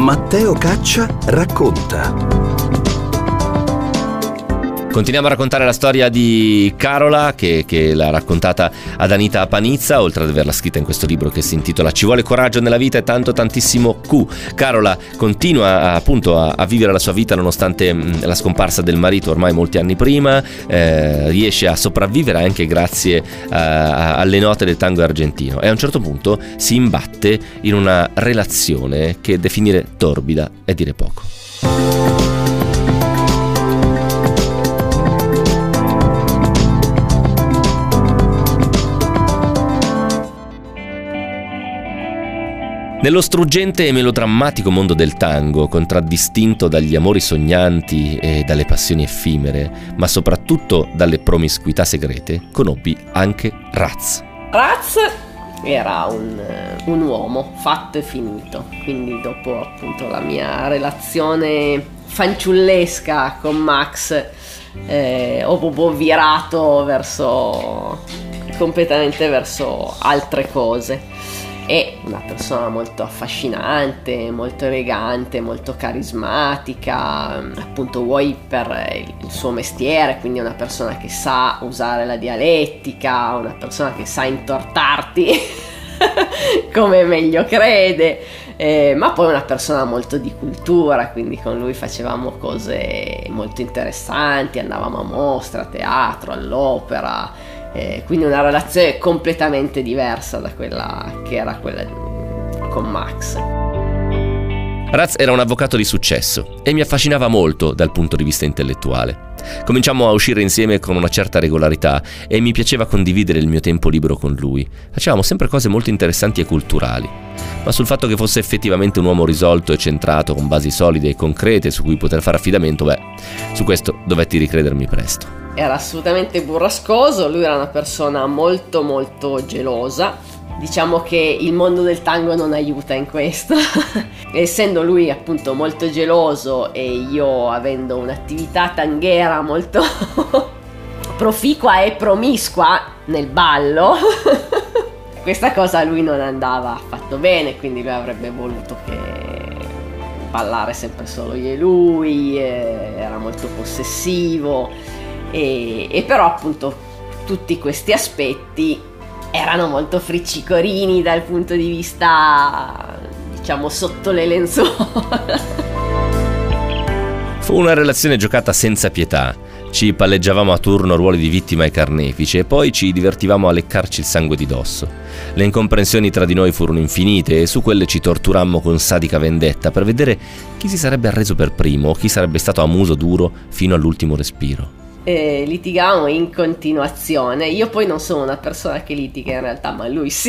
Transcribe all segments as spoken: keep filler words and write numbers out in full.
Matteo Caccia racconta. Continuiamo a raccontare la storia di Carola che, che l'ha raccontata ad Anita Panizza, oltre ad averla scritta in questo libro che si intitola Ci vuole coraggio nella vita e tanto tantissimo Q. Carola continua appunto a, a vivere la sua vita nonostante mh, la scomparsa del marito ormai molti anni prima, eh, riesce a sopravvivere anche grazie a, a, alle note del tango argentino e a un certo punto si imbatte in una relazione che definire torbida è dire poco. Nello struggente e melodrammatico mondo del tango, contraddistinto dagli amori sognanti e dalle passioni effimere, ma soprattutto dalle promiscuità segrete, conobbi anche Raz. Raz era un, un uomo fatto e finito, quindi dopo appunto la mia relazione fanciullesca con Max eh, ho proprio virato verso completamente verso altre cose. È una persona molto affascinante, molto elegante, molto carismatica, appunto vuoi per il suo mestiere, quindi è una persona che sa usare la dialettica, una persona che sa intortarti come meglio crede, eh, ma poi una persona molto di cultura, quindi con lui facevamo cose molto interessanti, andavamo a mostre, a teatro, all'opera. Eh, quindi una relazione completamente diversa da quella che era quella con Max. Raz era un avvocato di successo e mi affascinava molto dal punto di vista intellettuale. Cominciammo a uscire insieme con una certa regolarità e mi piaceva condividere il mio tempo libero con lui. Facevamo sempre cose molto interessanti e culturali, ma sul fatto che fosse effettivamente un uomo risolto e centrato, con basi solide e concrete su cui poter fare affidamento, beh, su questo dovetti ricredermi presto. Era assolutamente burrascoso, lui era una persona molto molto gelosa. Diciamo che il mondo del tango non aiuta in questo. Essendo lui appunto molto geloso e io avendo un'attività tanghera molto proficua e promiscua nel ballo, questa cosa a lui non andava affatto bene, quindi lui avrebbe voluto che ballare sempre solo io e lui, era molto possessivo. E, e però appunto tutti questi aspetti erano molto friccicorini dal punto di vista, diciamo, sotto le lenzuola. Fu una relazione giocata senza pietà. Ci palleggiavamo a turno ruoli di vittima e carnefice e poi ci divertivamo a leccarci il sangue di dosso. Le incomprensioni tra di noi furono infinite e su quelle ci torturammo con sadica vendetta per vedere chi si sarebbe arreso per primo o chi sarebbe stato a muso duro fino all'ultimo respiro. Eh, litigavamo in continuazione. Io poi non sono una persona che litiga in realtà, ma lui sì.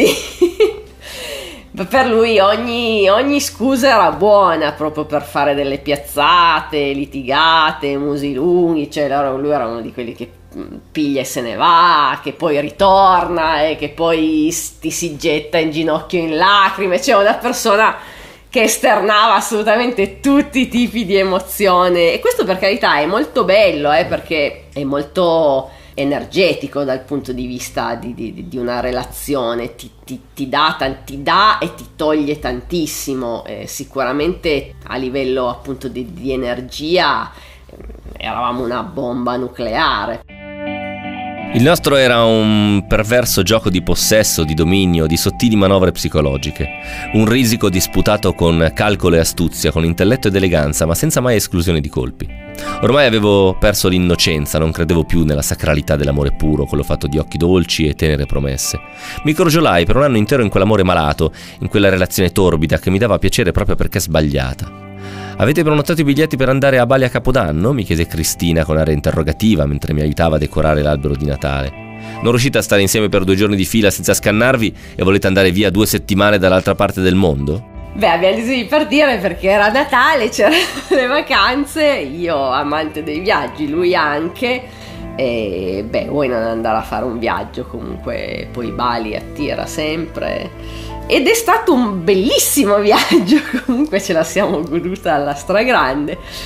Per lui ogni, ogni scusa era buona proprio per fare delle piazzate, litigate, musi lunghi. Cioè lui era uno di quelli che piglia e se ne va, che poi ritorna e che poi ti si getta in ginocchio in lacrime. Cioè una persona che esternava assolutamente tutti i tipi di emozione, e questo per carità è molto bello, eh, perché è molto energetico dal punto di vista di, di, di una relazione, ti, ti, ti, dà, ti dà e ti toglie tantissimo, eh, sicuramente a livello appunto di, di energia eh, eravamo una bomba nucleare. Il nostro era un perverso gioco di possesso, di dominio, di sottili manovre psicologiche. Un risico disputato con calcolo e astuzia, con intelletto ed eleganza, ma senza mai esclusione di colpi. Ormai avevo perso l'innocenza, non credevo più nella sacralità dell'amore puro, quello fatto di occhi dolci e tenere promesse. Mi crogiolai per un anno intero in quell'amore malato, in quella relazione torbida che mi dava piacere proprio perché sbagliata. «Avete prenotato i biglietti per andare a Bali a Capodanno?» mi chiese Cristina con aria interrogativa mentre mi aiutava a decorare l'albero di Natale. «Non riuscite a stare insieme per due giorni di fila senza scannarvi e volete andare via due settimane dall'altra parte del mondo?» Beh, abbiamo deciso di partire perché era Natale, c'erano le vacanze, io amante dei viaggi, lui anche, e beh, vuoi non andare a fare un viaggio, comunque poi Bali attira sempre. Ed è stato un bellissimo viaggio, comunque ce la siamo goduta alla stragrande.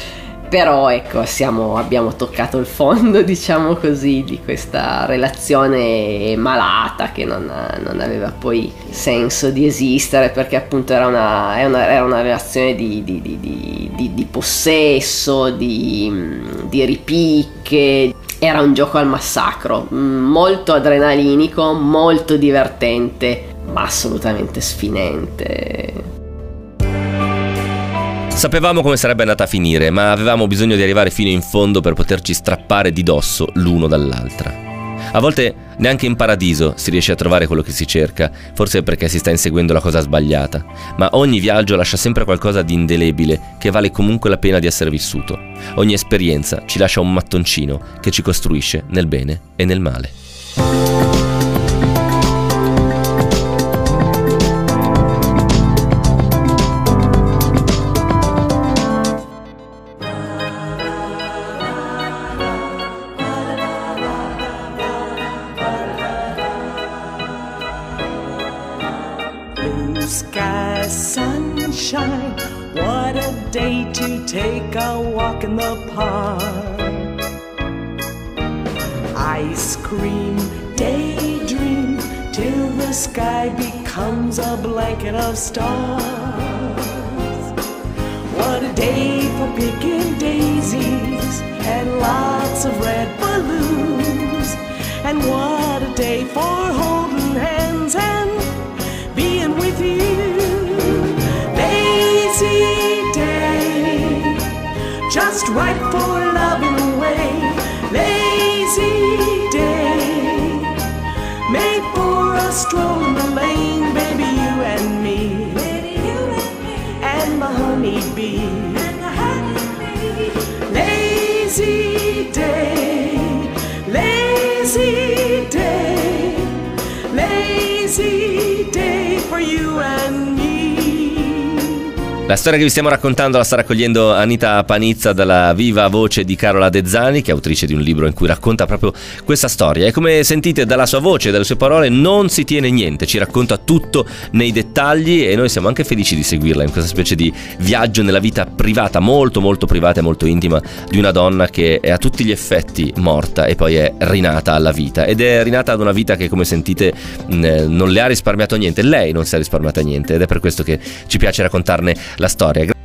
Però ecco, siamo, abbiamo toccato il fondo, diciamo così, di questa relazione malata che non, non aveva poi senso di esistere, perché appunto era una, era una, era una relazione di, di, di, di, di, di possesso, di, di ripicche. Era un gioco al massacro, molto adrenalinico, molto divertente, ma assolutamente sfinente. Sapevamo come sarebbe andata a finire, ma avevamo bisogno di arrivare fino in fondo per poterci strappare di dosso l'uno dall'altra. A volte neanche in paradiso si riesce a trovare quello che si cerca, forse perché si sta inseguendo la cosa sbagliata, ma ogni viaggio lascia sempre qualcosa di indelebile che vale comunque la pena di essere vissuto. Ogni esperienza ci lascia un mattoncino che ci costruisce nel bene e nel male. Sky, sunshine, what a day to take a walk in the park. Ice cream, daydream, till the sky becomes a blanket of stars. What a day for picking daisies and lots of red balloons. And what a day for holding hands and being with you. Lazy day, just right for loving away. Lazy day, made for a stroll in the lane. Baby, you and me, baby, you and me, and the honeybee, and the honeybee. Lazy day, lazy day, lazy day for you and me. La storia che vi stiamo raccontando la sta raccogliendo Anita Panizza dalla viva voce di Carola De Zani, che è autrice di un libro in cui racconta proprio questa storia. E come sentite dalla sua voce e dalle sue parole non si tiene niente, ci racconta tutto nei dettagli e noi siamo anche felici di seguirla in questa specie di viaggio nella vita privata, molto molto privata e molto intima di una donna che è a tutti gli effetti morta e poi è rinata alla vita, ed è rinata ad una vita che, come sentite, non le ha risparmiato niente. Lei non si è risparmiata niente ed è per questo che ci piace raccontarne la storia.